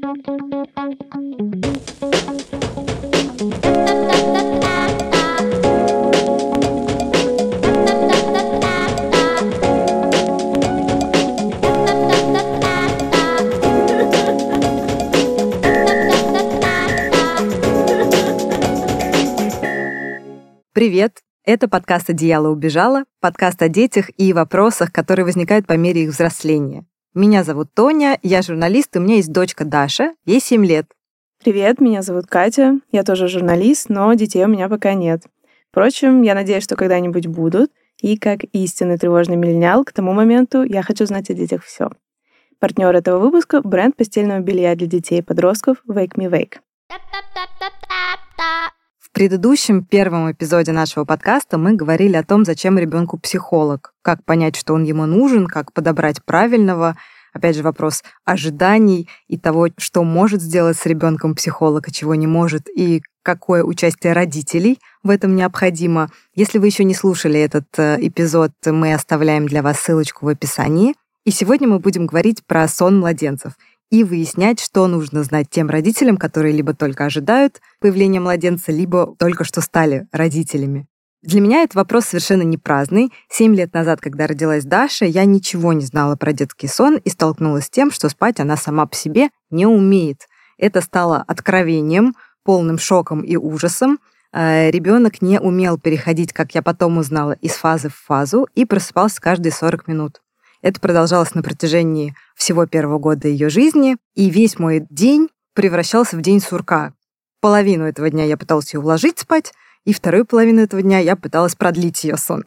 Привет! Это подкаст «Одеяло убежало», подкаст о детях и вопросах, которые возникают по мере их взросления. Меня зовут Тоня, я журналист, и у меня есть дочка Даша, ей 7 лет. Привет, меня зовут Катя, я тоже журналист, но детей у меня пока нет. Впрочем, я надеюсь, что когда-нибудь будут, и как истинный тревожный миллениал к тому моменту я хочу знать о детях все. Партнер этого выпуска — бренд постельного белья для детей и подростков Wake Me Wake. В предыдущем первом эпизоде нашего подкаста мы говорили о том, зачем ребенку психолог, как понять, что он ему нужен, как подобрать правильного. Опять же, вопрос ожиданий и того, что может сделать с ребенком психолог, а чего не может, и какое участие родителей в этом необходимо. Если вы еще не слушали этот эпизод, мы оставляем для вас ссылочку в описании. И сегодня мы будем говорить про сон младенцев и выяснять, что нужно знать тем родителям, которые либо только ожидают появления младенца, либо только что стали родителями. Для меня этот вопрос совершенно не праздный. 7 лет назад, когда родилась Даша, я ничего не знала про детский сон и столкнулась с тем, что спать она сама по себе не умеет. Это стало откровением, полным шоком и ужасом. Ребенок не умел переходить, как я потом узнала, из фазы в фазу и просыпался каждые 40 минут. Это продолжалось на протяжении всего первого года ее жизни, и весь мой день превращался в день сурка. Половину этого дня я пыталась ее уложить спать, и вторую половину этого дня я пыталась продлить ее сон.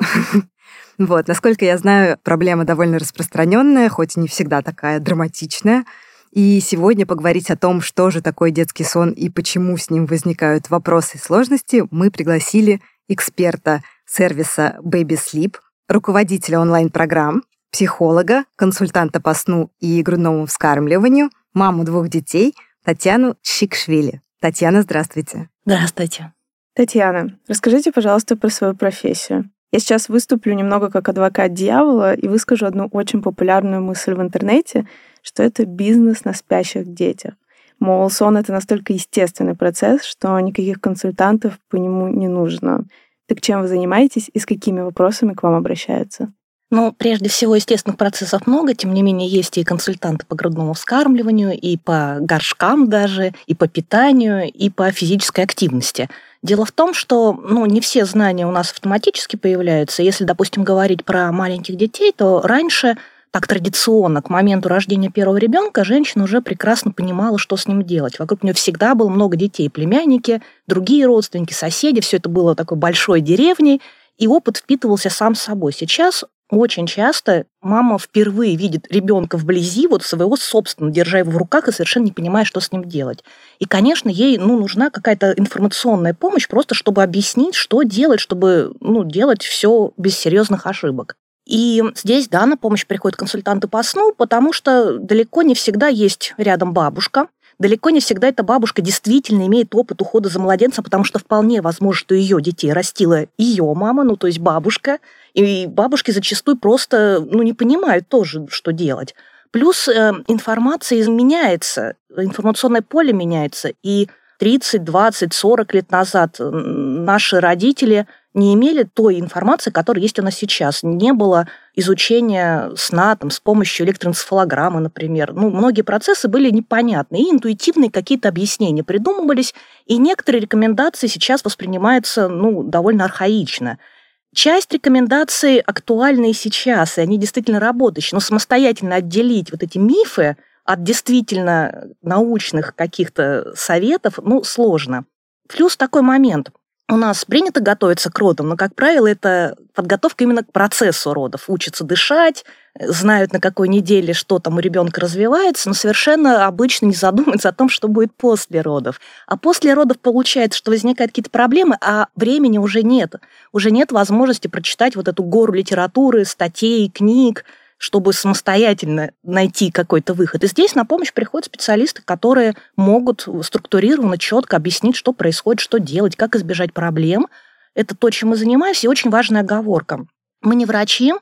Вот, насколько я знаю, проблема довольно распространенная, хоть и не всегда такая драматичная. И сегодня поговорить о том, что же такое детский сон и почему с ним возникают вопросы и сложности, мы пригласили эксперта сервиса Baby Sleep, руководителя онлайн-программ, психолога, консультанта по сну и грудному вскармливанию, маму 2 детей Татьяну Чикшвили. Татьяна, здравствуйте. Здравствуйте. Татьяна, расскажите, пожалуйста, про свою профессию. Я сейчас выступлю немного как адвокат дьявола и выскажу одну очень популярную мысль в интернете, что это бизнес на спящих детях. Мол, сон — это настолько естественный процесс, что никаких консультантов по нему не нужно. Так чем вы занимаетесь и с какими вопросами к вам обращаются? Ну, прежде всего, естественных процессов много, тем не менее, есть и консультанты по грудному вскармливанию, и по горшкам даже, и по питанию, и по физической активности. Дело в том, что не все знания у нас автоматически появляются. Если, допустим, говорить про маленьких детей, то раньше, так традиционно, к моменту рождения первого ребенка, женщина уже прекрасно понимала, что с ним делать. Вокруг нее всегда было много детей, племянники, другие родственники, соседи. Все это было такой большой деревней, и опыт впитывался сам собой. Сейчас очень часто мама впервые видит ребенка вблизи, вот своего собственного, держа его в руках и совершенно не понимая, что с ним делать. И, конечно, ей нужна какая-то информационная помощь, просто чтобы объяснить, что делать, чтобы делать все без серьезных ошибок. И здесь, на помощь приходят консультанты по сну, потому что далеко не всегда есть рядом бабушка. Далеко не всегда эта бабушка действительно имеет опыт ухода за младенцем, потому что вполне возможно, что ее детей растила ее мама, то есть бабушка, и бабушки зачастую просто не понимают тоже, что делать. Плюс информация меняется, информационное поле меняется, и 30, 20, 40 лет назад наши родители не имели той информации, которая есть у нас сейчас. Не было изучения сна с помощью электроэнцефалограммы, например. Многие процессы были непонятны, и интуитивные какие-то объяснения придумывались, и некоторые рекомендации сейчас воспринимаются довольно архаично. Часть рекомендаций актуальны и сейчас, и они действительно работающие, но самостоятельно отделить вот эти мифы от действительно научных каких-то советов, сложно. Плюс такой момент. У нас принято готовиться к родам, но, как правило, это подготовка именно к процессу родов. Учатся дышать, знают, на какой неделе что там у ребенка развивается, но совершенно обычно не задумываются о том, что будет после родов. А после родов получается, что возникают какие-то проблемы, а времени уже нет. Уже нет возможности прочитать вот эту гору литературы, статей, книг, чтобы самостоятельно найти какой-то выход. И здесь на помощь приходят специалисты, которые могут структурированно, четко объяснить, что происходит, что делать, как избежать проблем. Это то, чем мы занимаемся, и очень важная оговорка. Мы не врачи,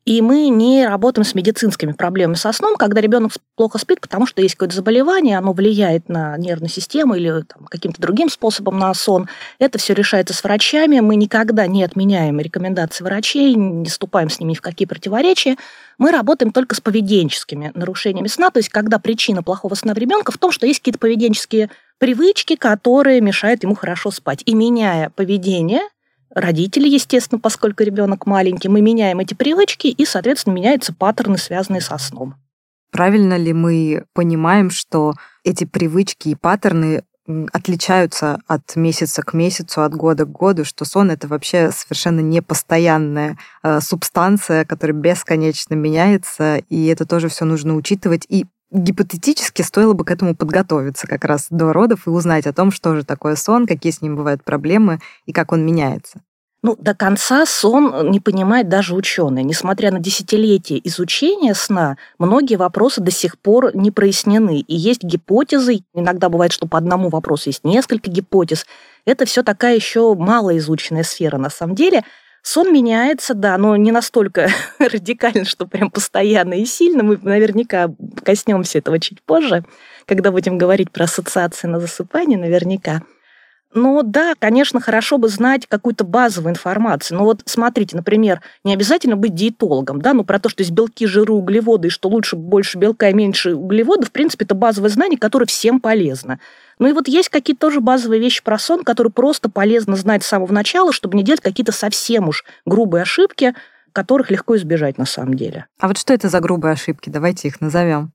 И мы не работаем с медицинскими проблемами со сном, когда ребенок плохо спит, потому что есть какое-то заболевание, оно влияет на нервную систему или каким-то другим способом на сон. Это все решается с врачами. Мы никогда не отменяем рекомендации врачей, не вступаем с ними ни в какие противоречия. Мы работаем только с поведенческими нарушениями сна, то есть когда причина плохого сна в ребенка в том, что есть какие-то поведенческие привычки, которые мешают ему хорошо спать. И меняя поведение, родители, естественно, поскольку ребенок маленький, мы меняем эти привычки, и, соответственно, меняются паттерны, связанные со сном. Правильно ли мы понимаем, что эти привычки и паттерны отличаются от месяца к месяцу, от года к году, что сон — это вообще совершенно непостоянная субстанция, которая бесконечно меняется, и это тоже все нужно учитывать. И гипотетически стоило бы к этому подготовиться как раз до родов и узнать о том, что же такое сон, какие с ним бывают проблемы и как он меняется. До конца сон не понимает даже ученые. Несмотря на десятилетия изучения сна, многие вопросы до сих пор не прояснены. И есть гипотезы, иногда бывает, что по одному вопросу есть несколько гипотез. Это все такая еще малоизученная сфера на самом деле. Сон меняется, да, но не настолько радикально, что прям постоянно и сильно. Мы наверняка коснемся этого чуть позже, когда будем говорить про ассоциации на засыпание, наверняка. Но да, конечно, хорошо бы знать какую-то базовую информацию. Но вот смотрите, например, не обязательно быть диетологом, да, про то, что есть белки, жиры, углеводы, и что лучше больше белка и меньше углеводов, в принципе, это базовое знание, которое всем полезно. И вот есть какие-то тоже базовые вещи про сон, которые просто полезно знать с самого начала, чтобы не делать какие-то совсем уж грубые ошибки, которых легко избежать на самом деле. А вот что это за грубые ошибки? Давайте их назовем.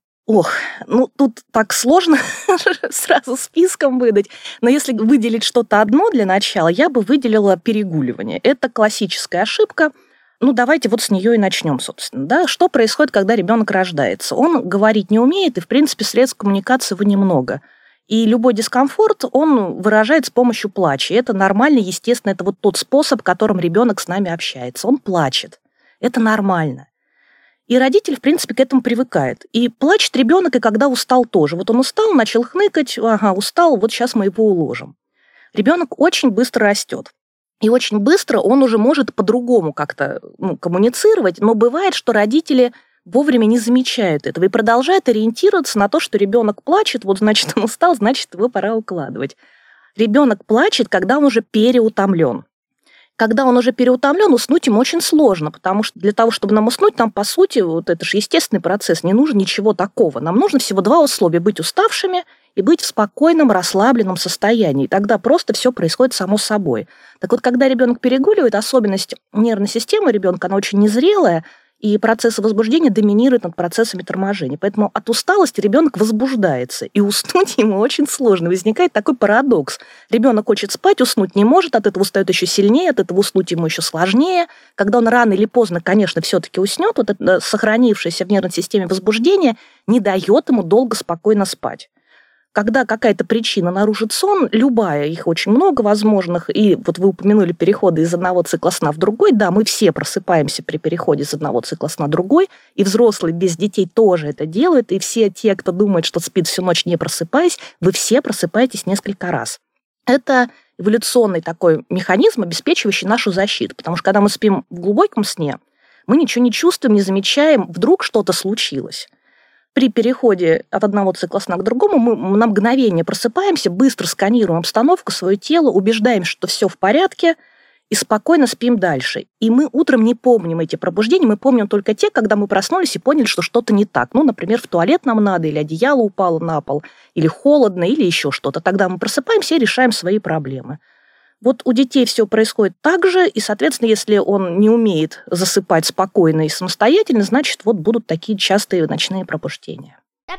Тут так сложно сразу списком выдать. Но если выделить что-то одно для начала, я бы выделила перегуливание. Это классическая ошибка. Давайте вот с нее и начнем, собственно. Да? Что происходит, когда ребенок рождается? Он говорить не умеет, и, в принципе, средств коммуникации его немного. И любой дискомфорт, он выражает с помощью плача. И это нормально, естественно, это вот тот способ, которым ребенок с нами общается. Он плачет. Это нормально. И родитель, в принципе, к этому привыкает. И плачет ребенок, и когда устал тоже. Вот он устал, начал хныкать, устал, вот сейчас мы его уложим. Ребенок очень быстро растет. И очень быстро он уже может по-другому как-то коммуницировать, но бывает, что родители вовремя не замечают этого и продолжают ориентироваться на то, что ребенок плачет, вот значит он устал, значит его пора укладывать. Ребенок плачет, когда он уже переутомлен. Когда он уже переутомлен, уснуть ему очень сложно, потому что для того, чтобы нам уснуть, нам, по сути, вот это же естественный процесс, не нужно ничего такого. Нам нужно всего два условия – быть уставшими и быть в спокойном, расслабленном состоянии. И тогда просто все происходит само собой. Так вот, когда ребенок перегуливает, особенность нервной системы ребенка, она очень незрелая, и процессы возбуждения доминируют над процессами торможения. Поэтому от усталости ребенок возбуждается, и уснуть ему очень сложно. Возникает такой парадокс. Ребенок хочет спать, уснуть не может, от этого устает еще сильнее, от этого уснуть ему еще сложнее. Когда он рано или поздно, конечно, все-таки уснет, вот это сохранившееся в нервной системе возбуждение не дает ему долго спокойно спать. Когда какая-то причина нарушит сон, любая, их очень много возможных, и вот вы упомянули переходы из одного цикла сна в другой, да, мы все просыпаемся при переходе из одного цикла сна в другой, и взрослые без детей тоже это делают, и все те, кто думает, что спит всю ночь не просыпаясь, вы все просыпаетесь несколько раз. Это эволюционный такой механизм, обеспечивающий нашу защиту, потому что когда мы спим в глубоком сне, мы ничего не чувствуем, не замечаем, вдруг что-то случилось. При переходе от одного цикла сна к другому мы на мгновение просыпаемся, быстро сканируем обстановку, свое тело, убеждаемся, что все в порядке, и спокойно спим дальше. И мы утром не помним эти пробуждения, мы помним только те, когда мы проснулись и поняли, что что-то не так. Например, в туалет нам надо, или одеяло упало на пол, или холодно, или еще что-то. Тогда мы просыпаемся и решаем свои проблемы. Вот у детей все происходит так же, и, соответственно, если он не умеет засыпать спокойно и самостоятельно, значит, вот будут такие частые ночные пробуждения.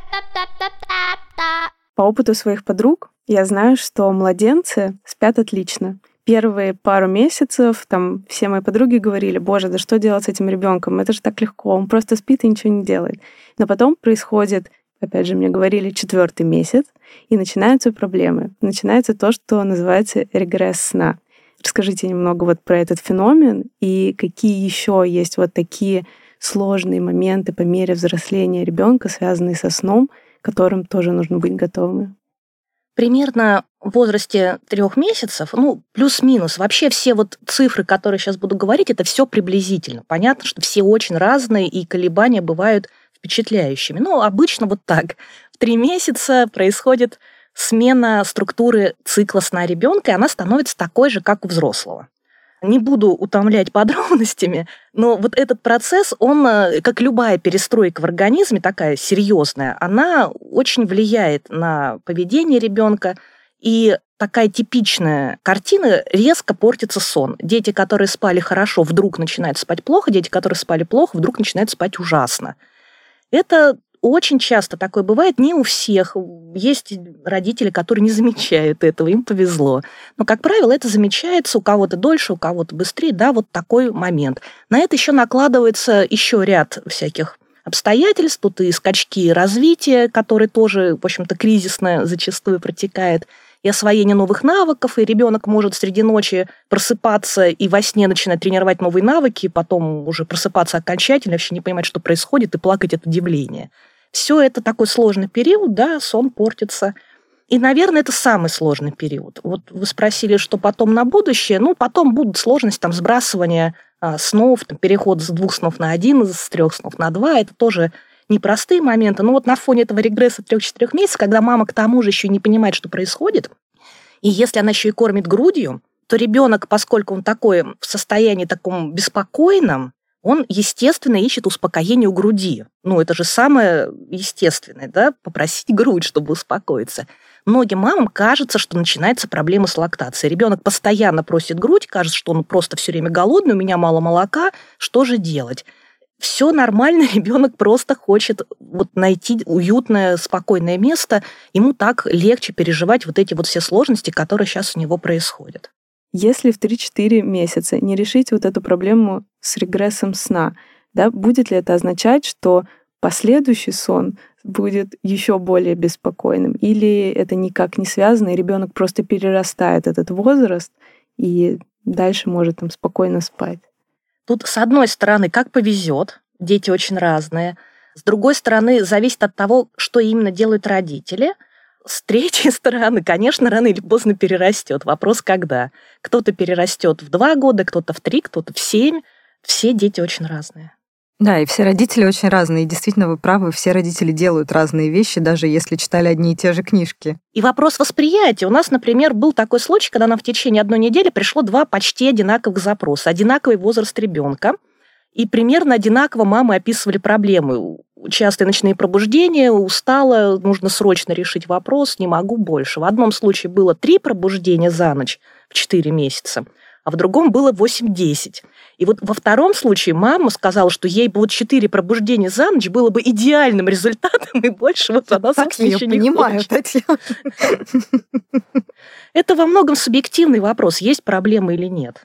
По опыту своих подруг я знаю, что младенцы спят отлично. Первые пару месяцев там все мои подруги говорили: боже, да что делать с этим ребенком? Это же так легко, он просто спит и ничего не делает. Но потом происходит, опять же, мне говорили, 4-й месяц, и начинаются проблемы. Начинается то, что называется регресс сна. Расскажите немного вот про этот феномен и какие еще есть вот такие сложные моменты по мере взросления ребенка, связанные со сном, к которым тоже нужно быть готовыми. Примерно в возрасте 3 месяцев, плюс-минус. Вообще все вот цифры, которые сейчас буду говорить, это все приблизительно. Понятно, что все очень разные, и колебания бывают впечатляющими. Но обычно вот так. В 3 месяца происходит смена структуры цикла сна ребенка, и она становится такой же, как у взрослого. Не буду утомлять подробностями, но вот этот процесс, он, как любая перестройка в организме, такая серьезная, она очень влияет на поведение ребенка. И такая типичная картина: резко портится сон. Дети, которые спали хорошо, вдруг начинают спать плохо, дети, которые спали плохо, вдруг начинают спать ужасно. Это очень часто такое бывает, не у всех. Есть родители, которые не замечают этого, им повезло. Но, как правило, это замечается у кого-то дольше, у кого-то быстрее. Да, вот такой момент. На это еще накладывается еще ряд всяких обстоятельств. Тут и скачки развития, которые тоже, в общем-то, кризисно зачастую протекает, и освоение новых навыков, и ребенок может среди ночи просыпаться и во сне начинать тренировать новые навыки, и потом уже просыпаться окончательно, вообще не понимать, что происходит, и плакать от удивления. Все это такой сложный период, да, сон портится. И, наверное, это самый сложный период. Вот вы спросили, что потом на будущее. Потом будут сложности, сбрасывания снов, переход с 2 снов на 1, с 3 снов на 2. Это тоже непростые моменты. Но вот на фоне этого регресса 3-4 месяцев, когда мама к тому же еще не понимает, что происходит, и если она еще и кормит грудью, то ребенок, поскольку он такой в состоянии таком беспокойном, он, естественно, ищет успокоение у груди. Это же самое естественное, да, попросить грудь, чтобы успокоиться. Многим мамам кажется, что начинается проблема с лактацией. Ребенок постоянно просит грудь, кажется, что он просто все время голодный, у меня мало молока, что же делать? Все нормально, ребенок просто хочет найти уютное, спокойное место, ему так легче переживать вот эти все сложности, которые сейчас у него происходят. Если в 3-4 месяца не решить вот эту проблему с регрессом сна, да, будет ли это означать, что последующий сон будет еще более беспокойным? Или это никак не связано, и ребенок просто перерастает этот возраст и дальше может спокойно спать? Тут, с одной стороны, как повезет, дети очень разные. С другой стороны, зависит от того, что именно делают родители. С третьей стороны, конечно, рано или поздно перерастет. Вопрос, когда. Кто-то перерастет в 2 года, кто-то в 3, кто-то в 7. Все дети очень разные. Да, и все родители очень разные. И действительно, вы правы, все родители делают разные вещи, даже если читали одни и те же книжки. И вопрос восприятия. У нас, например, был такой случай, когда нам в течение 1 недели пришло 2 почти одинаковых запроса. Одинаковый возраст ребенка. И примерно одинаково мамы описывали проблемы. Частые ночные пробуждения, устала, нужно срочно решить вопрос, не могу больше. В одном случае было 3 пробуждения за ночь в 4 месяца, а в другом было 8-10. И вот во втором случае мама сказала, что ей бы 4 пробуждения за ночь было бы идеальным результатом, и больше она, собственно, еще не понимаю, Татьяна. Это во многом субъективный вопрос, есть проблемы или нет.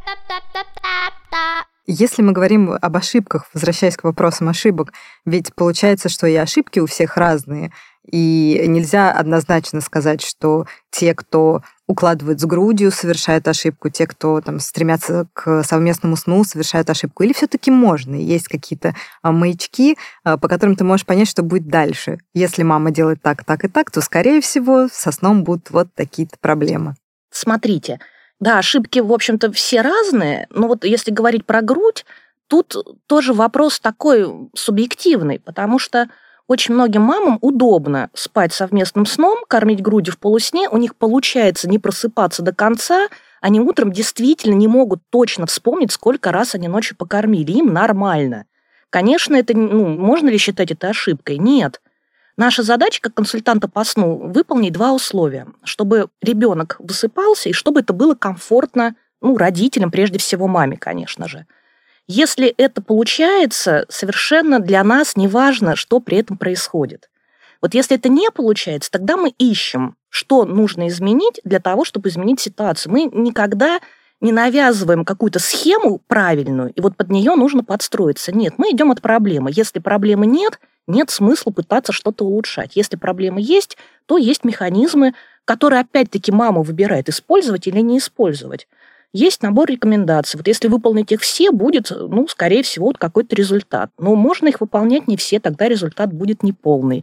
Если мы говорим об ошибках, возвращаясь к вопросам ошибок, ведь получается, что и ошибки у всех разные, и нельзя однозначно сказать, что те, кто укладывают с грудью, совершают ошибку, те, кто стремятся к совместному сну, совершают ошибку. Или все-таки можно? Есть какие-то маячки, по которым ты можешь понять, что будет дальше. Если мама делает так, так и так, то, скорее всего, со сном будут вот такие-то проблемы. Смотрите, да, ошибки, в общем-то, все разные, но вот если говорить про грудь, тут тоже вопрос такой субъективный, потому что очень многим мамам удобно спать совместным сном, кормить грудью в полусне, у них получается не просыпаться до конца, они утром действительно не могут точно вспомнить, сколько раз они ночью покормили, им нормально. Конечно, это, можно ли считать это ошибкой? Нет. Наша задача, как консультанта по сну, выполнить 2 условия. Чтобы ребенок высыпался и чтобы это было комфортно родителям, прежде всего маме, конечно же. Если это получается, совершенно для нас не важно, что при этом происходит. Вот если это не получается, тогда мы ищем, что нужно изменить для того, чтобы изменить ситуацию. Мы никогда не навязываем какую-то схему правильную, и вот под нее нужно подстроиться. Нет, мы идем от проблемы. Если проблемы нет смысла пытаться что-то улучшать. Если проблемы есть, то есть механизмы, которые опять-таки мама выбирает, использовать или не использовать. Есть набор рекомендаций. Вот если выполнить их все, будет, скорее всего, какой-то результат. Но можно их выполнять не все, тогда результат будет неполный.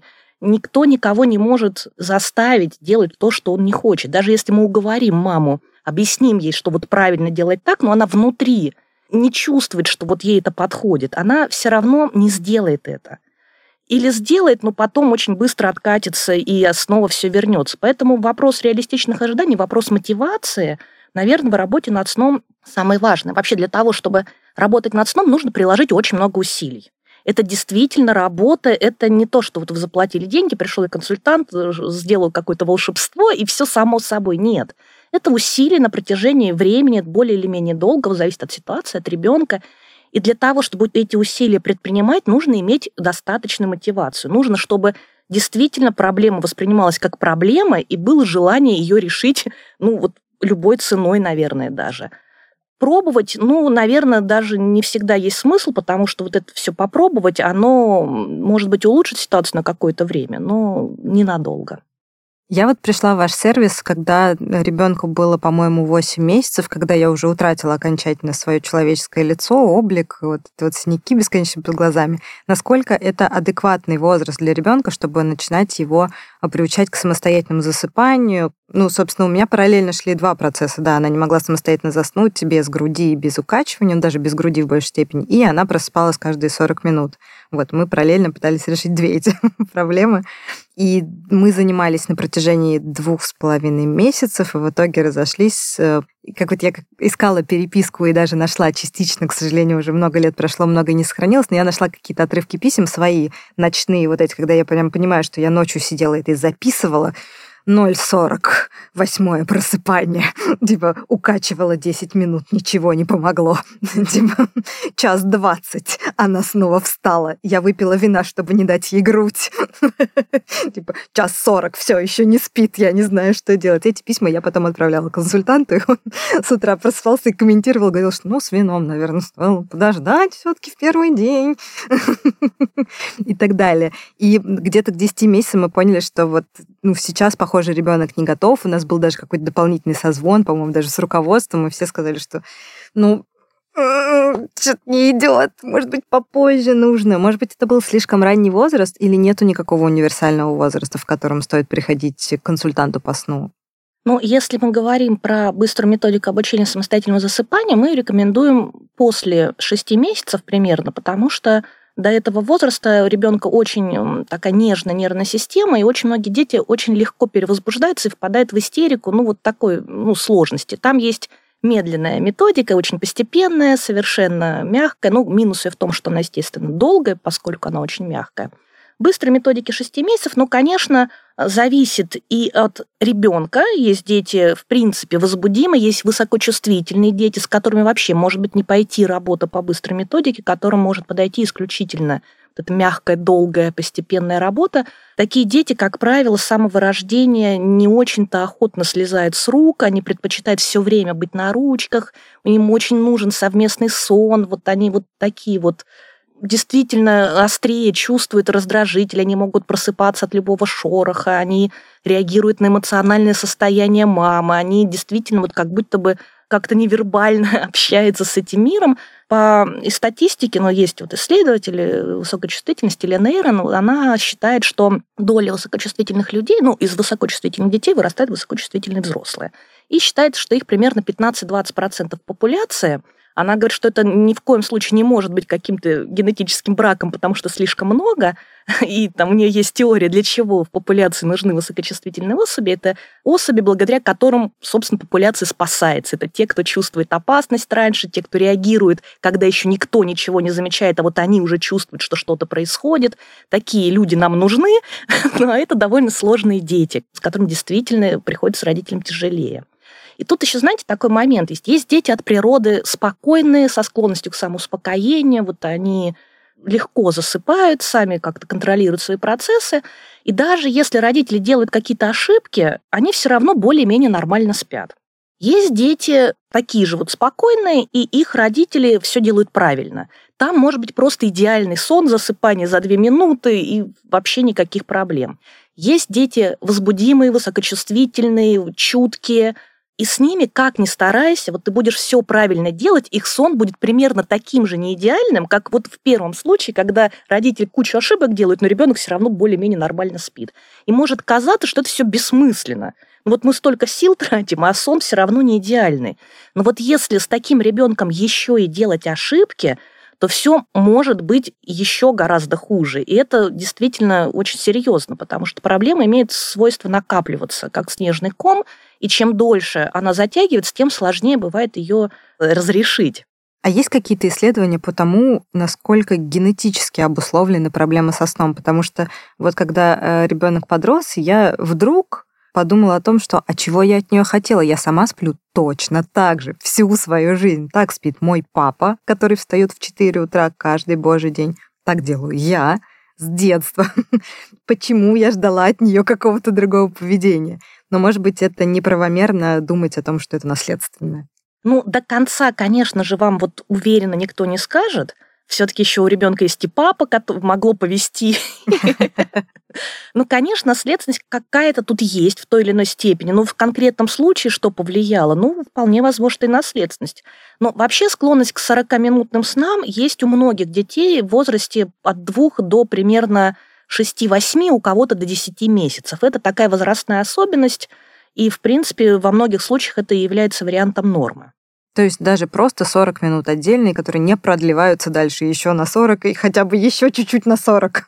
Никто никого не может заставить делать то, что он не хочет. Даже если мы уговорим маму, объясним ей, что вот правильно делать так, но она внутри не чувствует, что вот ей это подходит, она все равно не сделает это. Или сделает, но потом очень быстро откатится и снова все вернется. Поэтому вопрос реалистичных ожиданий, вопрос мотивации, наверное, в работе над сном самый важный. Вообще для того, чтобы работать над сном, нужно приложить очень много усилий. Это действительно работа, это не то, что вот вы заплатили деньги, пришел консультант, сделал какое-то волшебство, и все само собой. Нет. Это усилия на протяжении времени, более или менее долгого, зависит от ситуации, от ребенка. И для того, чтобы эти усилия предпринимать, нужно иметь достаточную мотивацию. Нужно, чтобы действительно проблема воспринималась как проблема, и было желание ее решить, любой ценой, наверное, даже. Пробовать, наверное, даже не всегда есть смысл, потому что вот это все попробовать, оно, может быть, улучшит ситуацию на какое-то время, но ненадолго. Я вот пришла в ваш сервис, когда ребенку было, по-моему, 8 месяцев, когда я уже утратила окончательно свое человеческое лицо, облик, вот синяки бесконечно под глазами. Насколько это адекватный возраст для ребенка, чтобы начинать его приучать к самостоятельному засыпанию? Собственно, у меня параллельно шли 2 процесса. Да, она не могла самостоятельно заснуть без груди и без укачивания, даже без груди в большей степени, и она просыпалась каждые 40 минут. Вот, мы параллельно пытались решить 2 эти проблемы. И мы занимались на протяжении 2,5 месяцев, и в итоге разошлись. Я искала переписку и даже нашла частично, к сожалению, уже много лет прошло, много не сохранилось, но я нашла какие-то отрывки писем свои, ночные, вот эти, когда я прям понимаю, что я ночью сидела это и записывала. 0:48 просыпание. Укачивала 10 минут, ничего не помогло. 1:20 она снова встала. Я выпила вина, чтобы не дать ей грудь. 1:40 все еще не спит, я не знаю, что делать. Эти письма я потом отправляла консультанту, и он с утра просыпался и комментировал, говорил, что с вином, наверное, стоило подождать все-таки в первый день. И так далее. И где-то к 10 месяцам мы поняли, что сейчас, похоже, ребенок не готов. У нас был даже какой-то дополнительный созвон, по-моему, даже с руководством, и все сказали, что что-то не идет, может быть, попозже нужно. Может быть, это был слишком ранний возраст, или нету никакого универсального возраста, в котором стоит приходить к консультанту по сну? Если мы говорим про быструю методику обучения самостоятельному засыпанию, мы рекомендуем после 6 месяцев примерно, потому что до этого возраста у ребенка очень такая нежная нервная система, и очень многие дети очень легко перевозбуждаются и впадают в истерику, такой сложности. Там есть медленная методика, очень постепенная, совершенно мягкая. Минус в том, что она, естественно, долгая, поскольку она очень мягкая. Быстрой методики 6 месяцев, конечно, зависит и от ребенка. Есть дети, в принципе, возбудимые, есть высокочувствительные дети, с которыми вообще может быть не пойти работа по быстрой методике, к которым может подойти исключительно эта мягкая, долгая, постепенная работа. Такие дети, как правило, с самого рождения не очень-то охотно слезают с рук, они предпочитают все время быть на ручках, им очень нужен совместный сон, они такие действительно острее чувствуют раздражитель, они могут просыпаться от любого шороха, они реагируют на эмоциональное состояние мамы, они действительно как будто бы как-то невербально общаются с этим миром. По статистике, есть исследователи высокочувствительности, Лена Эйрон, она считает, что доля высокочувствительных людей, из высокочувствительных детей вырастают высокочувствительные взрослые. И считает, что их примерно 15-20% популяции. Она говорит, что это ни в коем случае не может быть каким-то генетическим браком, потому что слишком много, и у нее есть теория, для чего в популяции нужны высокочувствительные особи. Это особи, благодаря которым, собственно, популяция спасается. Это те, кто чувствует опасность раньше, те, кто реагирует, когда еще никто ничего не замечает, а они уже чувствуют, что что-то происходит. Такие люди нам нужны, но это довольно сложные дети, с которыми действительно приходится родителям тяжелее. И тут еще, знаете, такой момент есть. Есть дети от природы спокойные, со склонностью к самоуспокоению, они легко засыпают, сами как-то контролируют свои процессы. И даже если родители делают какие-то ошибки, они все равно более-менее нормально спят. Есть дети такие же спокойные, и их родители все делают правильно. Там может быть просто идеальный сон, засыпание за 2 минуты и вообще никаких проблем. Есть дети возбудимые, высокочувствительные, чуткие, И с ними, как ни старайся, вот ты будешь все правильно делать, их сон будет примерно таким же неидеальным, как вот в первом случае, когда родитель кучу ошибок делает, но ребенок все равно более-менее нормально спит. И может казаться, что это все бессмысленно. Вот мы столько сил тратим, а сон все равно не идеальный. Но вот если с таким ребенком еще и делать ошибки, то все может быть еще гораздо хуже. И это действительно очень серьезно, потому что проблема имеет свойство накапливаться, как снежный ком, и чем дольше она затягивается, тем сложнее бывает ее разрешить. А есть какие-то исследования по тому, насколько генетически обусловлены проблемы со сном? Потому что вот когда ребенок подрос, я вдруг подумала о том, что а чего я от нее хотела? Я сама сплю точно так же всю свою жизнь. Так спит мой папа, который встает в 4 утра каждый божий день. Так делаю я с детства. Почему я ждала от нее какого-то другого поведения? Но, может быть, это неправомерно думать о том, что это наследственное. До конца, конечно же, вам вот уверенно никто не скажет. Все-таки еще у ребенка есть и папа, который могло повести. Конечно, наследственность какая-то тут есть в той или иной степени. Но в конкретном случае что повлияло? Вполне возможно, и наследственность. Но вообще склонность к 40-минутным снам есть у многих детей в возрасте от 2 до примерно 6-8, у кого-то до 10 месяцев. Это такая возрастная особенность, и, в принципе, во многих случаях это и является вариантом нормы. То есть даже просто 40 минут отдельные, которые не продлеваются дальше еще на 40 и хотя бы еще чуть-чуть на 40.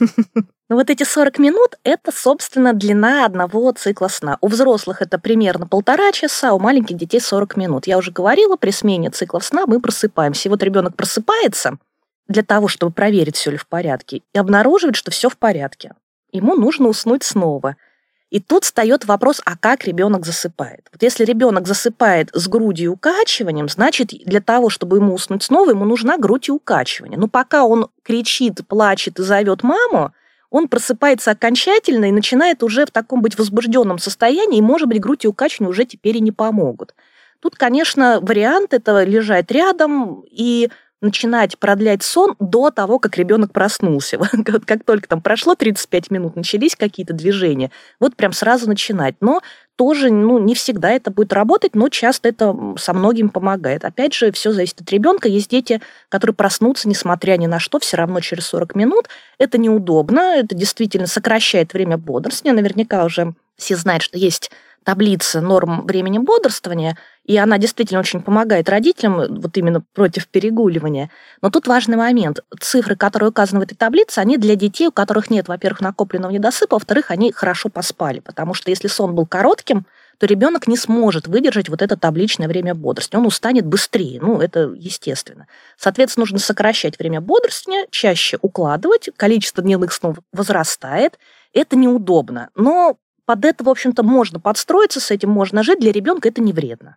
Вот эти 40 минут – это, собственно, длина одного цикла сна. У взрослых это примерно 1,5 часа, у маленьких детей 40 минут. Я уже говорила, при смене циклов сна мы просыпаемся. И вот ребенок просыпается для того, чтобы проверить, все ли в порядке, и обнаруживает, что все в порядке. Ему нужно уснуть снова. И тут встает вопрос, а как ребенок засыпает? Вот если ребенок засыпает с грудью и укачиванием, значит, для того, чтобы ему уснуть снова, ему нужна грудь и укачивание. Но пока он кричит, плачет и зовет маму, он просыпается окончательно и начинает уже в таком быть возбужденном состоянии, и, может быть, грудь и укачивание уже теперь и не помогут. Тут, конечно, вариант это лежать рядом и начинать продлять сон до того, как ребенок проснулся. Как только там прошло 35 минут, начались какие-то движения, вот прям сразу начинать. Но тоже не всегда это будет работать, но часто это со многим помогает. Опять же, все зависит от ребенка. Есть дети, которые проснутся, несмотря ни на что, все равно через 40 минут. Это неудобно, это действительно сокращает время бодрствования. Наверняка уже все знают, что есть таблица норм времени бодрствования, и она действительно очень помогает родителям вот именно против перегуливания. Но тут важный момент. Цифры, которые указаны в этой таблице, они для детей, у которых нет, во-первых, накопленного недосыпа, во-вторых, они хорошо поспали, потому что если сон был коротким, то ребенок не сможет выдержать вот это табличное время бодрствования. Он устанет быстрее, это естественно. Соответственно, нужно сокращать время бодрствования, чаще укладывать, количество дневных снов возрастает. Это неудобно, но под это, в общем-то, можно подстроиться, с этим можно жить, для ребенка это не вредно.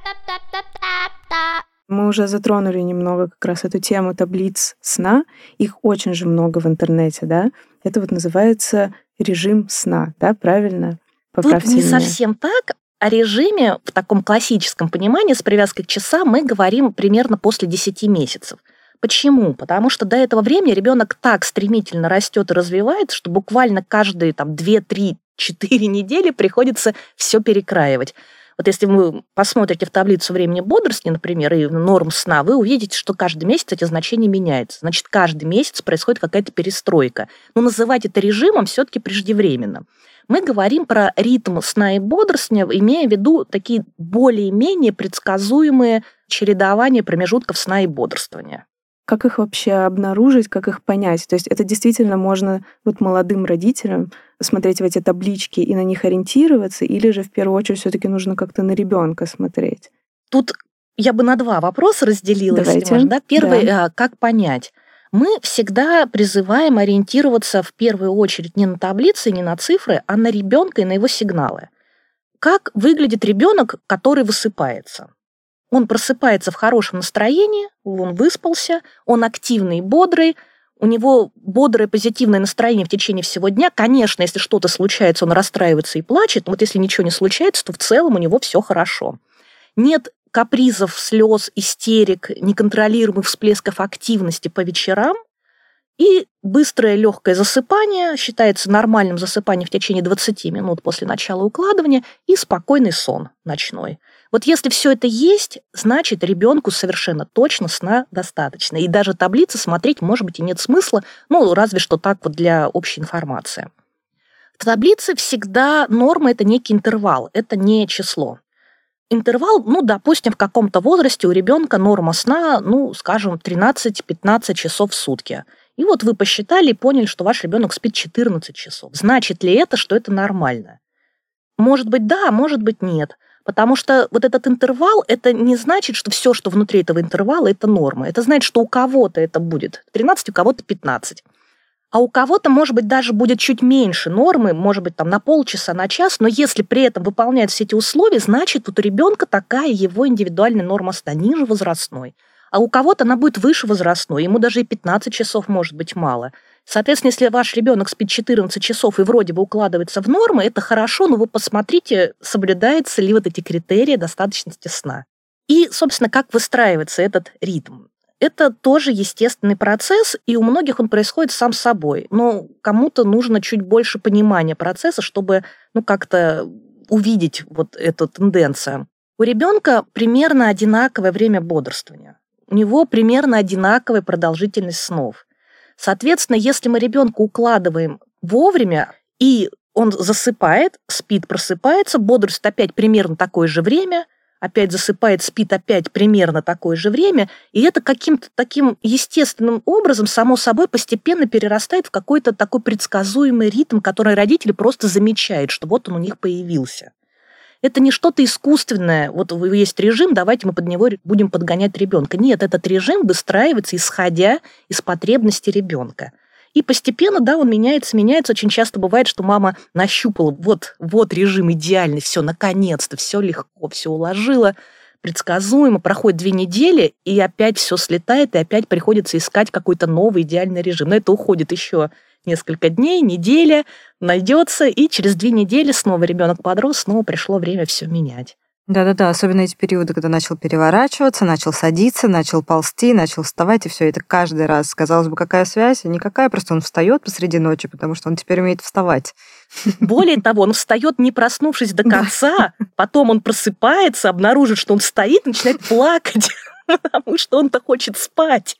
Мы уже затронули немного как раз эту тему таблиц сна. Их очень же много в интернете, да? Это вот называется режим сна, да, правильно? Поправьте меня. Тут не совсем так. О режиме в таком классическом понимании с привязкой к часам мы говорим примерно после 10 месяцев. Почему? Потому что до этого времени ребенок так стремительно растет и развивается, что буквально каждые 2, 3, 4 недели приходится все перекраивать. Вот если вы посмотрите в таблицу времени бодрствования, например, и норм сна, вы увидите, что каждый месяц эти значения меняются. Значит, каждый месяц происходит какая-то перестройка. Но называть это режимом все-таки преждевременно. Мы говорим про ритм сна и бодрствования, имея в виду такие более-менее предсказуемые чередования промежутков сна и бодрствования. Как их вообще обнаружить, как их понять? То есть это действительно можно молодым родителям смотреть в эти таблички и на них ориентироваться, или же в первую очередь все-таки нужно как-то на ребенка смотреть? Тут я бы на 2 вопроса разделила, Давайте. если можно. Да? Первый, как понять? Мы всегда призываем ориентироваться в первую очередь не на таблицы, не на цифры, а на ребенка и на его сигналы. Как выглядит ребенок, который высыпается? Он просыпается в хорошем настроении, он выспался, он активный и бодрый, у него бодрое позитивное настроение в течение всего дня. Конечно, если что-то случается, он расстраивается и плачет, но вот если ничего не случается, то в целом у него все хорошо. Нет капризов, слез, истерик, неконтролируемых всплесков активности по вечерам, И быстрое легкое засыпание, считается нормальным засыпанием в течение 20 минут после начала укладывания, и спокойный сон ночной. Вот если все это есть, значит, ребенку совершенно точно сна достаточно. И даже таблицы смотреть, может быть, и нет смысла, разве что так вот для общей информации. В таблице всегда норма – это некий интервал, это не число. Интервал, допустим, в каком-то возрасте у ребенка норма сна, скажем, 13-15 часов в сутки. И вот вы посчитали и поняли, что ваш ребенок спит 14 часов. Значит ли это, что это нормально? Может быть, да, может быть, нет. Потому что вот этот интервал, это не значит, что все, что внутри этого интервала, это норма. Это значит, что у кого-то это будет 13, у кого-то 15. А у кого-то, может быть, даже будет чуть меньше нормы, может быть, там на полчаса, на час, но если при этом выполняют все эти условия, значит, вот у ребенка такая его индивидуальная норма сна, ниже возрастной. А у кого-то она будет выше возрастной, ему даже и 15 часов может быть мало. Соответственно, если ваш ребенок спит 14 часов и вроде бы укладывается в нормы, это хорошо, но вы посмотрите, соблюдаются ли вот эти критерии достаточности сна. И, собственно, как выстраивается этот ритм. Это тоже естественный процесс, и у многих он происходит сам собой. Но кому-то нужно чуть больше понимания процесса, чтобы как-то увидеть вот эту тенденцию. У ребенка примерно одинаковое время бодрствования. У него примерно одинаковая продолжительность снов. Соответственно, если мы ребенка укладываем вовремя, и он засыпает, спит, просыпается, бодрствует опять примерно такое же время, опять засыпает, спит опять примерно такое же время, и это каким-то таким естественным образом, само собой, постепенно перерастает в какой-то такой предсказуемый ритм, который родители просто замечают, что вот он у них появился. Это не что-то искусственное, вот есть режим, давайте мы под него будем подгонять ребенка. Нет, этот режим выстраивается, исходя из потребностей ребенка. И постепенно, он меняется. Очень часто бывает, что мама нащупала, вот режим идеальный, все, наконец-то, все легко, все уложила, предсказуемо, проходит 2 недели, и опять все слетает, и опять приходится искать какой-то новый идеальный режим. Но это уходит еще несколько дней, неделя, найдется, и через 2 недели снова ребенок подрос, снова пришло время все менять. Да-да-да, особенно эти периоды, когда начал переворачиваться, начал садиться, начал ползти, начал вставать, и все это каждый раз. Казалось бы, какая связь? Никакая, просто он встает посреди ночи, потому что он теперь умеет вставать. Более того, он встает, не проснувшись до конца, потом он просыпается, обнаружит, что он стоит, и начинает плакать, потому что он-то хочет спать.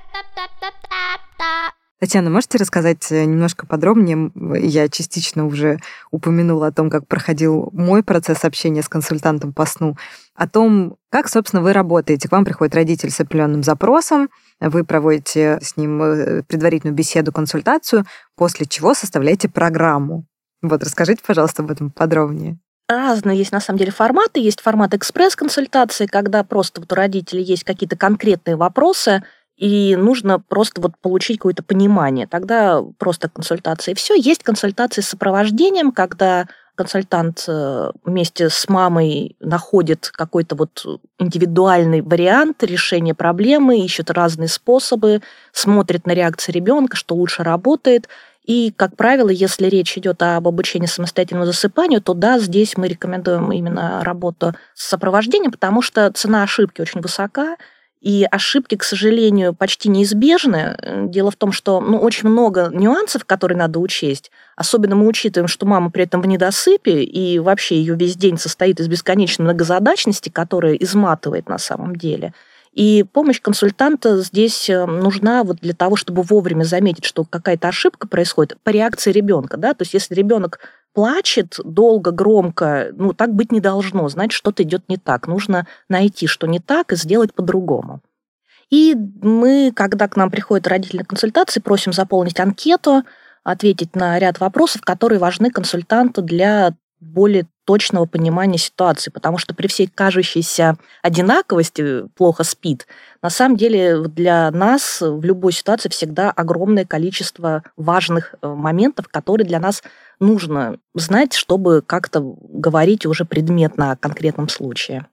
Татьяна, можете рассказать немножко подробнее? Я частично уже упомянула о том, как проходил мой процесс общения с консультантом по сну, о том, как, собственно, вы работаете. К вам приходит родитель с определенным запросом, вы проводите с ним предварительную беседу, консультацию, после чего составляете программу. Расскажите, пожалуйста, об этом подробнее. Разные есть, на самом деле, форматы. Есть формат экспресс-консультации, когда просто у родителей есть какие-то конкретные вопросы, и нужно просто получить какое-то понимание. Тогда просто консультация. И все. Есть консультации с сопровождением, когда консультант вместе с мамой находит какой-то индивидуальный вариант решения проблемы, ищет разные способы, смотрит на реакции ребенка, что лучше работает. И, как правило, если речь идет об обучении самостоятельному засыпанию, то да, здесь мы рекомендуем именно работу с сопровождением, потому что цена ошибки очень высока, и ошибки, к сожалению, почти неизбежны. Дело в том, что очень много нюансов, которые надо учесть. Особенно мы учитываем, что мама при этом в недосыпе, и вообще ее весь день состоит из бесконечной многозадачности, которая изматывает на самом деле. И помощь консультанта здесь нужна для того, чтобы вовремя заметить, что какая-то ошибка происходит по реакции ребенка. Да? То есть если ребенок плачет долго, громко, так быть не должно, значит, что-то идет не так. Нужно найти, что не так, и сделать по-другому. И мы, когда к нам приходят родители на консультации, просим заполнить анкету, ответить на ряд вопросов, которые важны консультанту для более точного понимания ситуации, потому что при всей кажущейся одинаковости плохо спит, на самом деле для нас в любой ситуации всегда огромное количество важных моментов, которые для нас нужно знать, чтобы как-то говорить уже предметно о конкретном случае.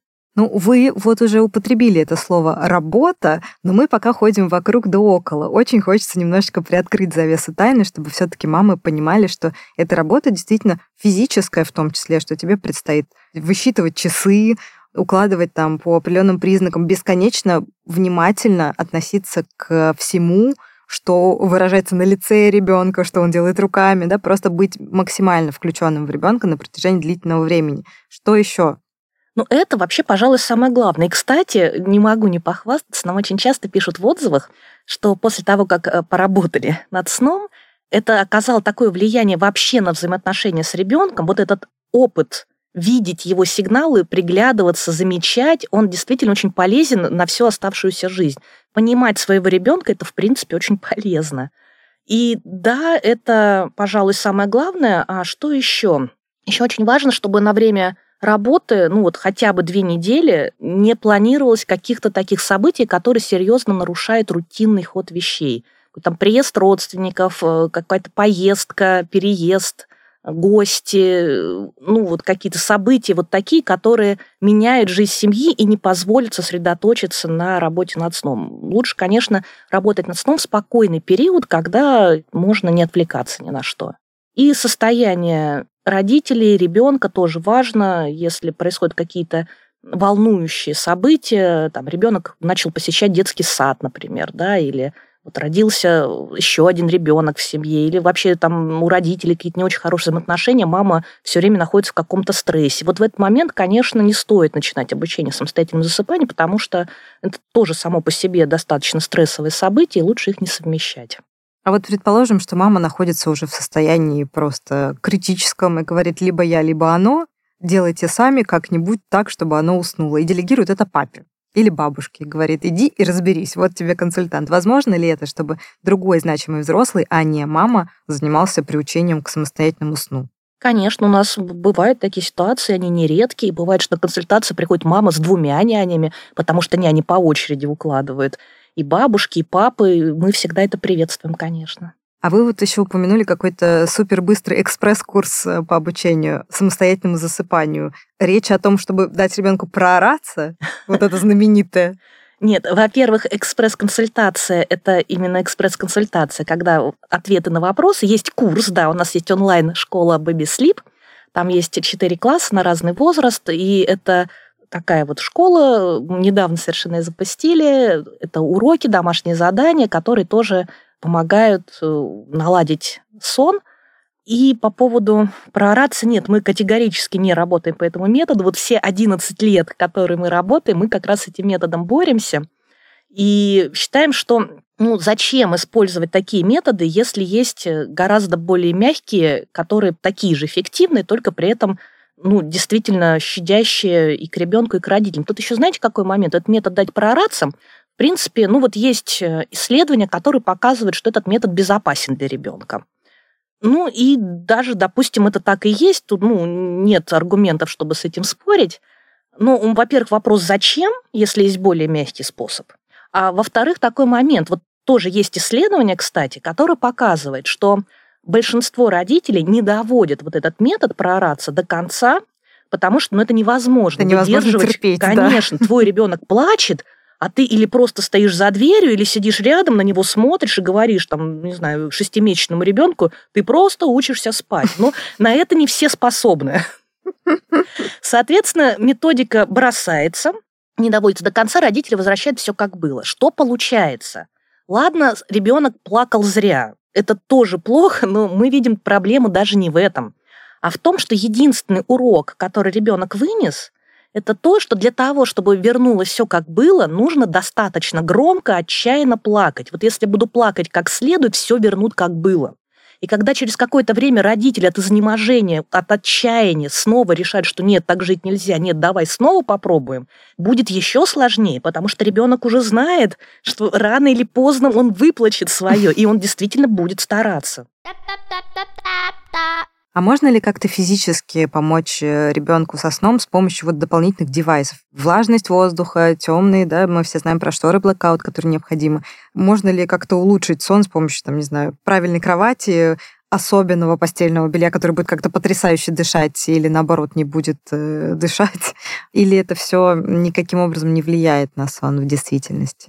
Вы уже употребили это слово «работа», но мы пока ходим вокруг да около. Очень хочется немножечко приоткрыть завесу тайны, чтобы все-таки мамы понимали, что эта работа действительно физическая в том числе, что тебе предстоит высчитывать часы, укладывать по определенным признакам, бесконечно внимательно относиться к всему, что выражается на лице ребенка, что он делает руками, да, просто быть максимально включенным в ребенка на протяжении длительного времени. Что еще? Ну, это вообще, пожалуй, самое главное. И, кстати, не могу не похвастаться, нам очень часто пишут в отзывах, что после того, как поработали над сном, это оказало такое влияние вообще на взаимоотношения с ребенком. Вот этот опыт видеть его сигналы, приглядываться, замечать, он действительно очень полезен на всю оставшуюся жизнь. Понимать своего ребенка это, в принципе, очень полезно. И да, это, пожалуй, самое главное. А что еще? Еще очень важно, чтобы на время работы, хотя бы 2 недели, не планировалось каких-то таких событий, которые серьезно нарушают рутинный ход вещей. Там приезд родственников, какая-то поездка, переезд, гости, какие-то события вот такие, которые меняют жизнь семьи и не позволят сосредоточиться на работе над сном. Лучше, конечно, работать над сном в спокойный период, когда можно не отвлекаться ни на что. И состояние родителей, ребенка тоже важно, если происходят какие-то волнующие события, там ребенок начал посещать детский сад, например, да, или вот родился еще один ребенок в семье, или вообще там у родителей какие-то не очень хорошие взаимоотношения, мама все время находится в каком-то стрессе. Вот в этот момент, конечно, не стоит начинать обучение самостоятельному засыпанию, потому что это тоже само по себе достаточно стрессовые события, и лучше их не совмещать. А вот предположим, что мама находится уже в состоянии просто критическом и говорит либо я, либо оно, делайте сами как-нибудь так, чтобы оно уснуло, и делегирует это папе или бабушке, говорит, иди и разберись, вот тебе консультант. Возможно ли это, чтобы другой значимый взрослый, а не мама, занимался приучением к самостоятельному сну? Конечно, у нас бывают такие ситуации, они нередкие. Бывает, что на консультацию приходит мама с 2 нянями, потому что няни по очереди укладывают. И бабушки, и папы, мы всегда это приветствуем, конечно. А вы вот еще упомянули какой-то супербыстрый экспресс-курс по обучению самостоятельному засыпанию. Речь о том, чтобы дать ребенку проораться, вот это знаменитое. Нет, во-первых, экспресс-консультация – это именно экспресс-консультация, когда ответы на вопросы. Есть курс, да, у нас есть онлайн-школа Baby Sleep, там есть 4 класса на разный возраст, и это такая вот школа, недавно совершенно ее запустили. Это уроки, домашние задания, которые тоже помогают наладить сон. И по поводу проораться, нет, мы категорически не работаем по этому методу. Вот все 11 лет, которые мы работаем, мы как раз с этим методом боремся. И считаем, что зачем использовать такие методы, если есть гораздо более мягкие, которые такие же эффективные, только при этом действительно щадящие и к ребенку, и к родителям. Тут еще знаете, какой момент? Этот метод дать проораться. В принципе, есть исследования, которые показывают, что этот метод безопасен для ребенка. И даже, допустим, это так и есть, тут нет аргументов, чтобы с этим спорить. Во-первых, вопрос зачем, если есть более мягкий способ. А во-вторых, такой момент. Вот тоже есть исследование, кстати, которое показывает, что большинство родителей не доводят вот этот метод проораться до конца, потому что это невозможно. Это невозможно терпеть, конечно, да. Твой ребенок плачет, а ты или просто стоишь за дверью, или сидишь рядом, на него смотришь и говоришь, 6-месячному ребенку, ты просто учишься спать. Но на это не все способны. Соответственно, методика бросается, не доводится до конца, родители возвращают все как было. Что получается? Ладно, ребенок плакал зря. Это тоже плохо, но мы видим проблему даже не в этом, а в том, что единственный урок, который ребенок вынес, это то, что для того, чтобы вернулось все как было, нужно достаточно громко, отчаянно плакать. Вот если я буду плакать как следует, все вернут как было. И когда через какое-то время родители от изнеможения, от отчаяния снова решают, что нет, так жить нельзя, нет, давай снова попробуем, будет еще сложнее, потому что ребенок уже знает, что рано или поздно он выплачет свое, и он действительно будет стараться. А можно ли как-то физически помочь ребенку со сном с помощью дополнительных девайсов? Влажность воздуха, темные, да, мы все знаем про шторы блэкаут, которые необходимы. Можно ли как-то улучшить сон с помощью, правильной кровати, особенного постельного белья, который будет как-то потрясающе дышать или, наоборот, не будет дышать? Или это все никаким образом не влияет на сон в действительности?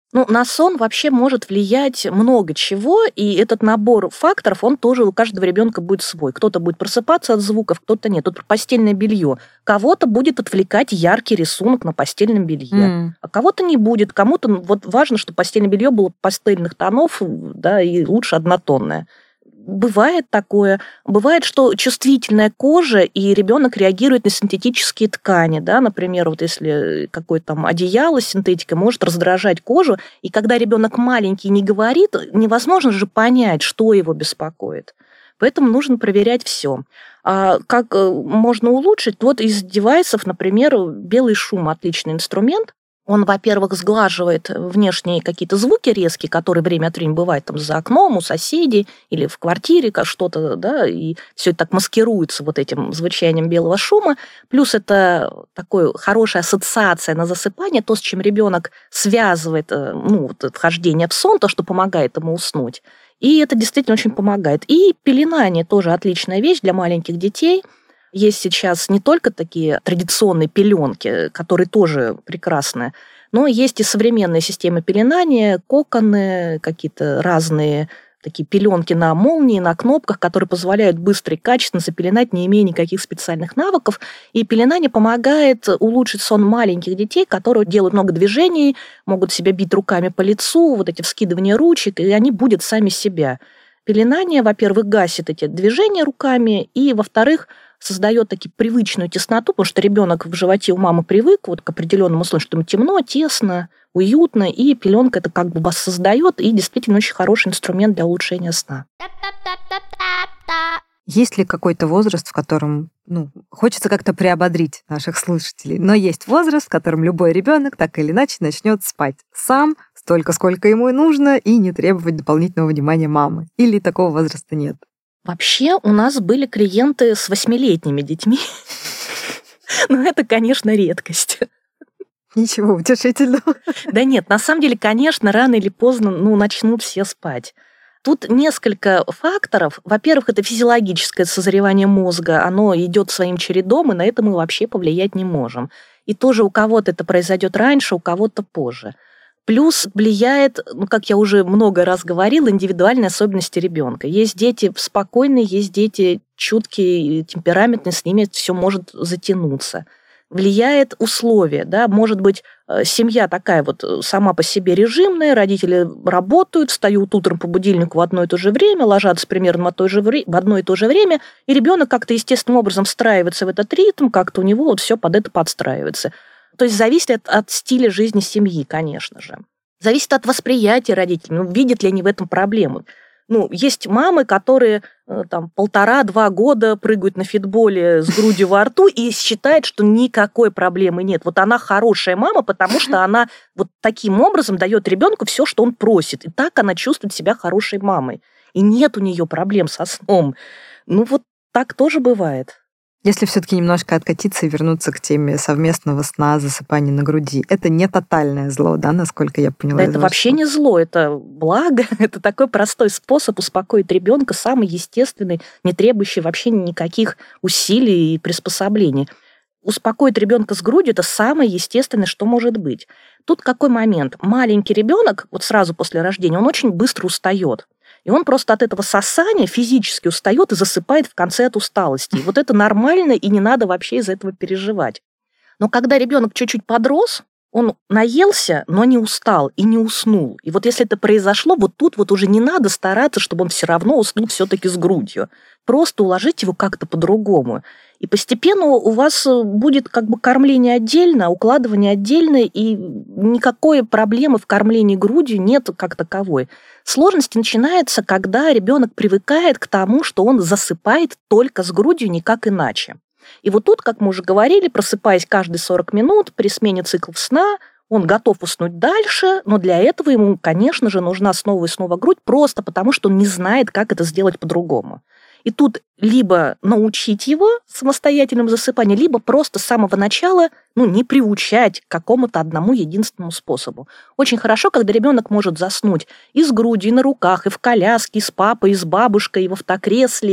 Ну, на сон вообще может влиять много чего, и этот набор факторов, он тоже у каждого ребенка будет свой. Кто-то будет просыпаться от звуков, кто-то нет. Тут про постельное белье. Кого-то будет отвлекать яркий рисунок на постельном белье, а кого-то не будет. Кому-то вот важно, чтобы постельное белье было пастельных тонов, да, и лучше однотонное. Бывает такое. Бывает, что чувствительная кожа, и ребенок реагирует на синтетические ткани. Да? Например, вот если какое-то там одеяло с синтетикой может раздражать кожу, и когда ребенок маленький не говорит, невозможно же понять, что его беспокоит. Поэтому нужно проверять все. А как можно улучшить? Вот из девайсов, например, белый шум – отличный инструмент. Он, во-первых, сглаживает внешние какие-то звуки резкие, которые время от времени бывают там за окном, у соседей или в квартире, как что-то, да, и все это так маскируется вот этим звучанием белого шума. Плюс это такая хорошая ассоциация на засыпание, то, с чем ребенок связывает, вот, вхождение в сон, то, что помогает ему уснуть. И это действительно очень помогает. И пеленание тоже отличная вещь для маленьких детей. Есть сейчас не только такие традиционные пеленки, которые тоже прекрасны, но есть и современные системы пеленания, коконы, какие-то разные такие пеленки на молнии, на кнопках, которые позволяют быстро и качественно запеленать, не имея никаких специальных навыков. И пеленание помогает улучшить сон маленьких детей, которые делают много движений, могут себя бить руками по лицу, вот эти вскидывания ручек, и они будут сами себя. Пеленание, во-первых, гасит эти движения руками, и, во-вторых, создает таки привычную тесноту, потому что ребенок в животе у мамы привык вот к определенному условию, что ему темно, тесно, уютно, и пеленка это как бы вас создает, и действительно очень хороший инструмент для улучшения сна. Есть ли какой-то возраст, в котором, хочется как-то приободрить наших слушателей, но есть возраст, в котором любой ребенок так или иначе начнет спать сам столько, сколько ему и нужно, и не требовать дополнительного внимания мамы? Или такого возраста нет? Вообще у нас были клиенты с 8-летними детьми, но это, конечно, редкость. Ничего утешительного. Да нет, на самом деле, конечно, рано или поздно начнут все спать. Тут несколько факторов. Во-первых, это физиологическое созревание мозга. Оно идет своим чередом, и на это мы вообще повлиять не можем. И тоже у кого-то это произойдет раньше, у кого-то позже. Плюс влияет, как я уже много раз говорила, индивидуальные особенности ребенка. Есть дети спокойные, есть дети чуткие, темпераментные, с ними все может затянуться. Влияет условия, да, может быть, семья такая вот сама по себе режимная, родители работают, встают утром по будильнику в одно и то же время, ложатся примерно в одно и то же время, и ребенок как-то естественным образом встраивается в этот ритм, как-то у него вот все под это подстраивается. То есть зависит от стиля жизни семьи, конечно же. Зависит от восприятия родителей, видят ли они в этом проблему. Есть мамы, которые там 1,5-2 года прыгают на фитболе с грудью во рту и считают, что никакой проблемы нет. Вот она хорошая мама, потому что она вот таким образом дает ребенку все, что он просит. И так она чувствует себя хорошей мамой. И нет у нее проблем со сном. Вот так тоже бывает. Если все-таки немножко откатиться и вернуться к теме совместного сна, засыпания на груди, это не тотальное зло, да, насколько я поняла? Да, это вообще не зло, это благо, это такой простой способ успокоить ребенка, самый естественный, не требующий вообще никаких усилий и приспособлений. Успокоить ребенка с грудью – это самое естественное, что может быть. Тут какой момент? Маленький ребенок, вот сразу после рождения, он очень быстро устает. И он просто от этого сосания физически устает и засыпает в конце от усталости. И вот это нормально, и не надо вообще из-за этого переживать. Но когда ребенок чуть-чуть подрос, он наелся, но не устал и не уснул. И вот если это произошло, вот тут вот уже не надо стараться, чтобы он все равно уснул все-таки с грудью. Просто уложить его как-то по-другому. И постепенно у вас будет как бы кормление отдельно, укладывание отдельно, и никакой проблемы в кормлении грудью нет как таковой. Сложность начинается, когда ребенок привыкает к тому, что он засыпает только с грудью, никак иначе. И вот тут, как мы уже говорили, просыпаясь каждые 40 минут, при смене циклов сна, он готов уснуть дальше, но для этого ему, конечно же, нужна снова и снова грудь, просто потому что он не знает, как это сделать по-другому. И тут либо научить его самостоятельному засыпанию, либо просто с самого начала не приучать к какому-то одному единственному способу. Очень хорошо, когда ребенок может заснуть и с грудью, и на руках, и в коляске, и с папой, и с бабушкой, и в автокресле,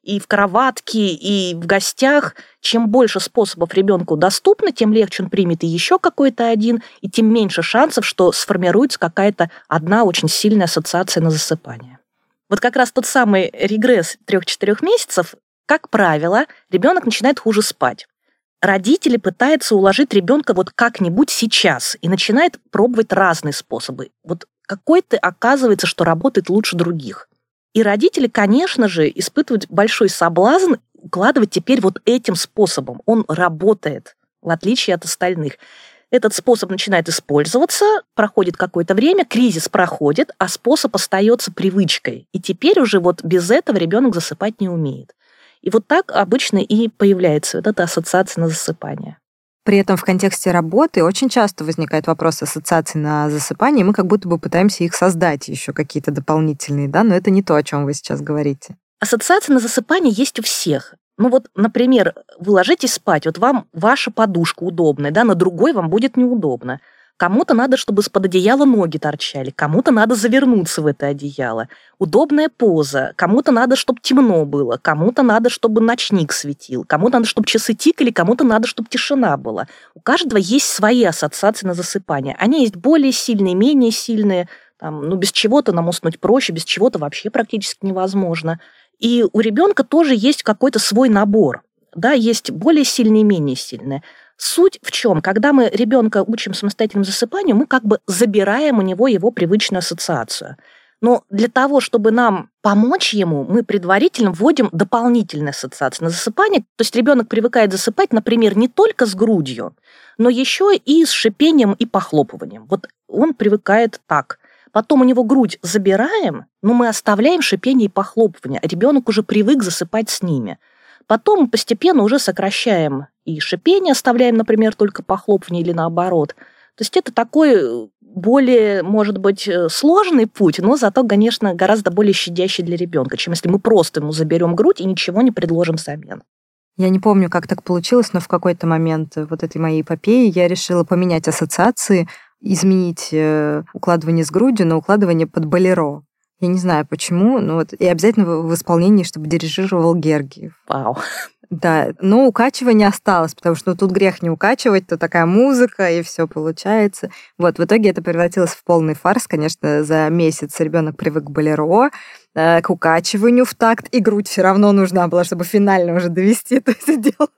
и в кроватке, и в гостях. Чем больше способов ребенку доступно, тем легче он примет и еще какой-то один, и тем меньше шансов, что сформируется какая-то одна очень сильная ассоциация на засыпание. Вот как раз тот самый регресс 3-4 месяцев, как правило, ребенок начинает хуже спать. Родители пытаются уложить ребенка вот как-нибудь сейчас и начинает пробовать разные способы. Вот какой-то оказывается, что работает лучше других. И родители, конечно же, испытывают большой соблазн укладывать теперь вот этим способом. Он работает, в отличие от остальных. Этот способ начинает использоваться, проходит какое-то время, кризис проходит, а способ остается привычкой. И теперь уже вот без этого ребенок засыпать не умеет. И вот так обычно и появляется вот эта ассоциация на засыпание. При этом в контексте работы очень часто возникает вопрос ассоциаций на засыпание, и мы как будто бы пытаемся их создать еще какие-то дополнительные, да, но это не то, о чем вы сейчас говорите. Ассоциация на засыпание есть у всех. Ну вот, например, вы ложитесь спать, вот вам ваша подушка удобная, да, на другой вам будет неудобно. Кому-то надо, чтобы из-под одеяла ноги торчали, кому-то надо завернуться в это одеяло. Удобная поза, кому-то надо, чтобы темно было, кому-то надо, чтобы ночник светил, кому-то надо, чтобы часы тикали, кому-то надо, чтобы тишина была. У каждого есть свои ассоциации на засыпание. Они есть более сильные, менее сильные. Там, без чего-то нам уснуть проще, без чего-то вообще практически невозможно. И у ребенка тоже есть какой-то свой набор. Да, есть более сильные и менее сильные. Суть в чем? Когда мы ребенка учим самостоятельному засыпанию, мы как бы забираем у него его привычную ассоциацию. Но для того, чтобы нам помочь ему, мы предварительно вводим дополнительные ассоциации на засыпание. То есть ребенок привыкает засыпать, например, не только с грудью, но еще и с шипением и похлопыванием. Вот он привыкает так. Потом у него грудь забираем, но мы оставляем шипение и похлопывание. Ребенок уже привык засыпать с ними. Потом мы постепенно уже сокращаем и шипение, оставляем, например, только похлопывание или наоборот. То есть это такой более, может быть, сложный путь, но зато, конечно, гораздо более щадящий для ребенка, чем если мы просто ему заберем грудь и ничего не предложим взамен. Я не помню, как так получилось, но в какой-то момент вот этой моей эпопеи я решила поменять ассоциации, изменить укладывание с грудью на укладывание под болеро. Я не знаю почему, но вот и обязательно в исполнении, чтобы дирижировал Гергиев. Вау. Да, но укачивание осталось, потому что тут грех не укачивать, то такая музыка, и все получается. Вот, в итоге это превратилось в полный фарс. Конечно, за месяц ребенок привык к болеро, к укачиванию в такт, и грудь все равно нужна была, чтобы финально уже довести это дело.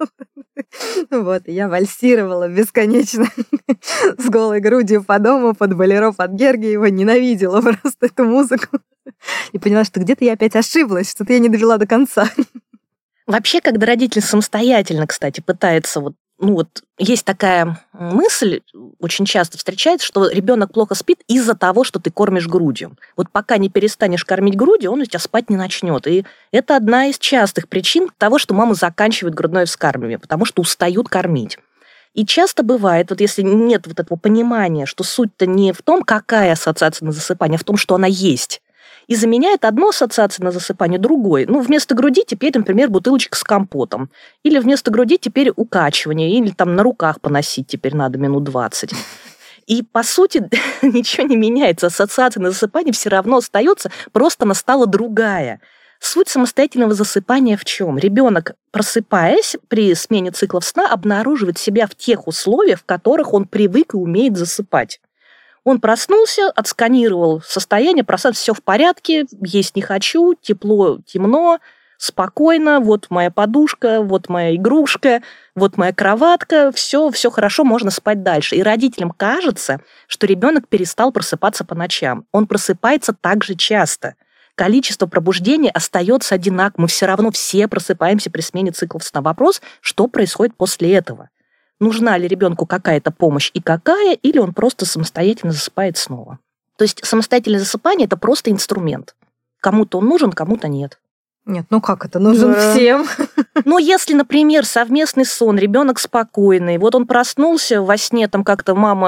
Вот, и я вальсировала бесконечно с голой грудью по дому, под болеро, под Гергиева, ненавидела просто эту музыку. И поняла, что где-то я опять ошиблась, что-то я не довела до конца. Вообще, когда родитель самостоятельно, кстати, пытается есть такая мысль, очень часто встречается, что ребенок плохо спит из-за того, что ты кормишь грудью. Вот пока не перестанешь кормить грудью, он у тебя спать не начнет. И это одна из частых причин того, что мамы заканчивают грудное вскармливание, потому что устают кормить. И часто бывает, вот если нет вот этого понимания, что суть-то не в том, какая ассоциация на засыпание, а в том, что она есть. И заменяет одну ассоциацию на засыпание другой. Вместо груди теперь, например, бутылочка с компотом. Или вместо груди теперь укачивание. Или там на руках поносить теперь надо минут 20. И, по сути, ничего не меняется. Ассоциация на засыпание все равно остается, просто она стала другая. Суть самостоятельного засыпания в чем? Ребенок, просыпаясь при смене циклов сна, обнаруживает себя в тех условиях, в которых он привык и умеет засыпать. Он проснулся, отсканировал состояние, проснулся, все в порядке, есть не хочу, тепло, темно, спокойно, вот моя подушка, вот моя игрушка, вот моя кроватка, все хорошо, можно спать дальше. И родителям кажется, что ребенок перестал просыпаться по ночам. Он просыпается так же часто. Количество пробуждений остается одинаковым. Мы все равно все просыпаемся при смене циклов сна. Вопрос, что происходит после этого? Нужна ли ребенку какая-то помощь и какая, или он просто самостоятельно засыпает снова. То есть самостоятельное засыпание – это просто инструмент. Кому-то он нужен, кому-то нет. Нет, как это? Нужен всем. Если, например, совместный сон, ребенок спокойный, вот он проснулся во сне, там как-то мама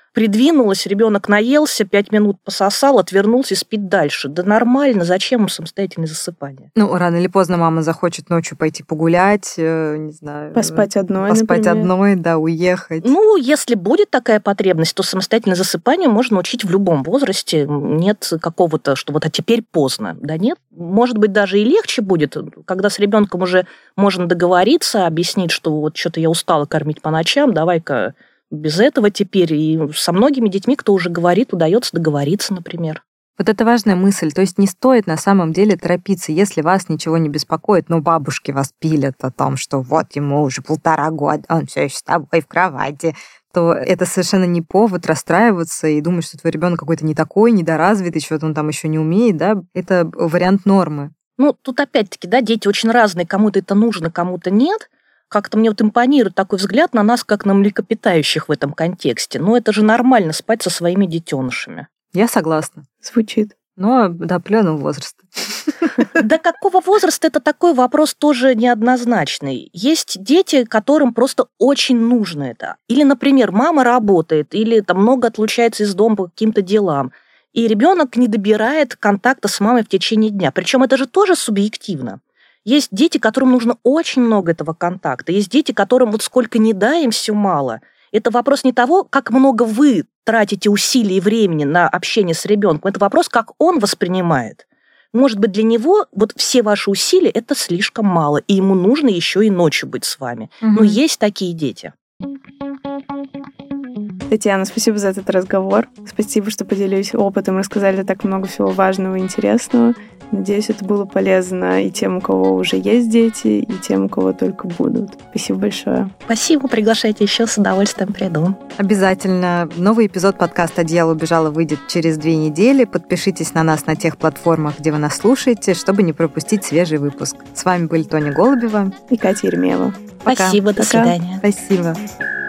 придвинулась, ребенок наелся, 5 минут пососал, отвернулся и спит дальше. Да нормально, зачем ему самостоятельное засыпание? Ну, рано или поздно мама захочет ночью пойти погулять, не знаю. Поспать одной, Поспать например. одной, да, уехать. Ну, если будет такая потребность, то самостоятельное засыпание можно учить в любом возрасте. Нет какого-то, что вот, а теперь поздно. Да нет, может быть, даже и легче будет, когда с ребенком уже можно договориться, объяснить, что вот что-то я устала кормить по ночам, давай-ка без этого теперь. И со многими детьми, кто уже говорит, удается договориться, например. Вот это важная мысль. То есть не стоит на самом деле торопиться, если вас ничего не беспокоит, но бабушки вас пилят о том, что вот ему уже 1,5 года, он все еще с тобой в кровати, то это совершенно не повод расстраиваться и думать, что твой ребенок какой-то не такой, недоразвитый, что-то он там еще не умеет, да? Это вариант нормы. Ну, тут опять-таки, да, дети очень разные, кому-то это нужно, кому-то нет. Как-то мне вот импонирует такой взгляд на нас, как на млекопитающих в этом контексте. Ну, это же нормально спать со своими детенышами. Я согласна. Звучит. Но до определенного возраста. До какого возраста это такой вопрос тоже неоднозначный. Есть дети, которым просто очень нужно это. Или, например, мама работает, или там много отлучается из дома по каким-то делам, и ребенок не добирает контакта с мамой в течение дня. Причем это же тоже субъективно. Есть дети, которым нужно очень много этого контакта. Есть дети, которым вот сколько ни дай, им все мало. Это вопрос не того, как много вы тратите усилий и времени на общение с ребенком. Это вопрос, как он воспринимает. Может быть, для него вот все ваши усилия – это слишком мало, и ему нужно еще и ночью быть с вами. Но есть такие дети. Татьяна, спасибо за этот разговор. Спасибо, что поделились опытом, рассказали так много всего важного и интересного. Надеюсь, это было полезно и тем, у кого уже есть дети, и тем, у кого только будут. Спасибо большое. Спасибо, приглашайте еще, с удовольствием приду. Обязательно. Новый эпизод подкаста «Одеяло убежало» выйдет через 2 недели. Подпишитесь на нас на тех платформах, где вы нас слушаете, чтобы не пропустить свежий выпуск. С вами были Тоня Голубева и Катя Ермеева. Пока. Спасибо, до свидания. Спасибо.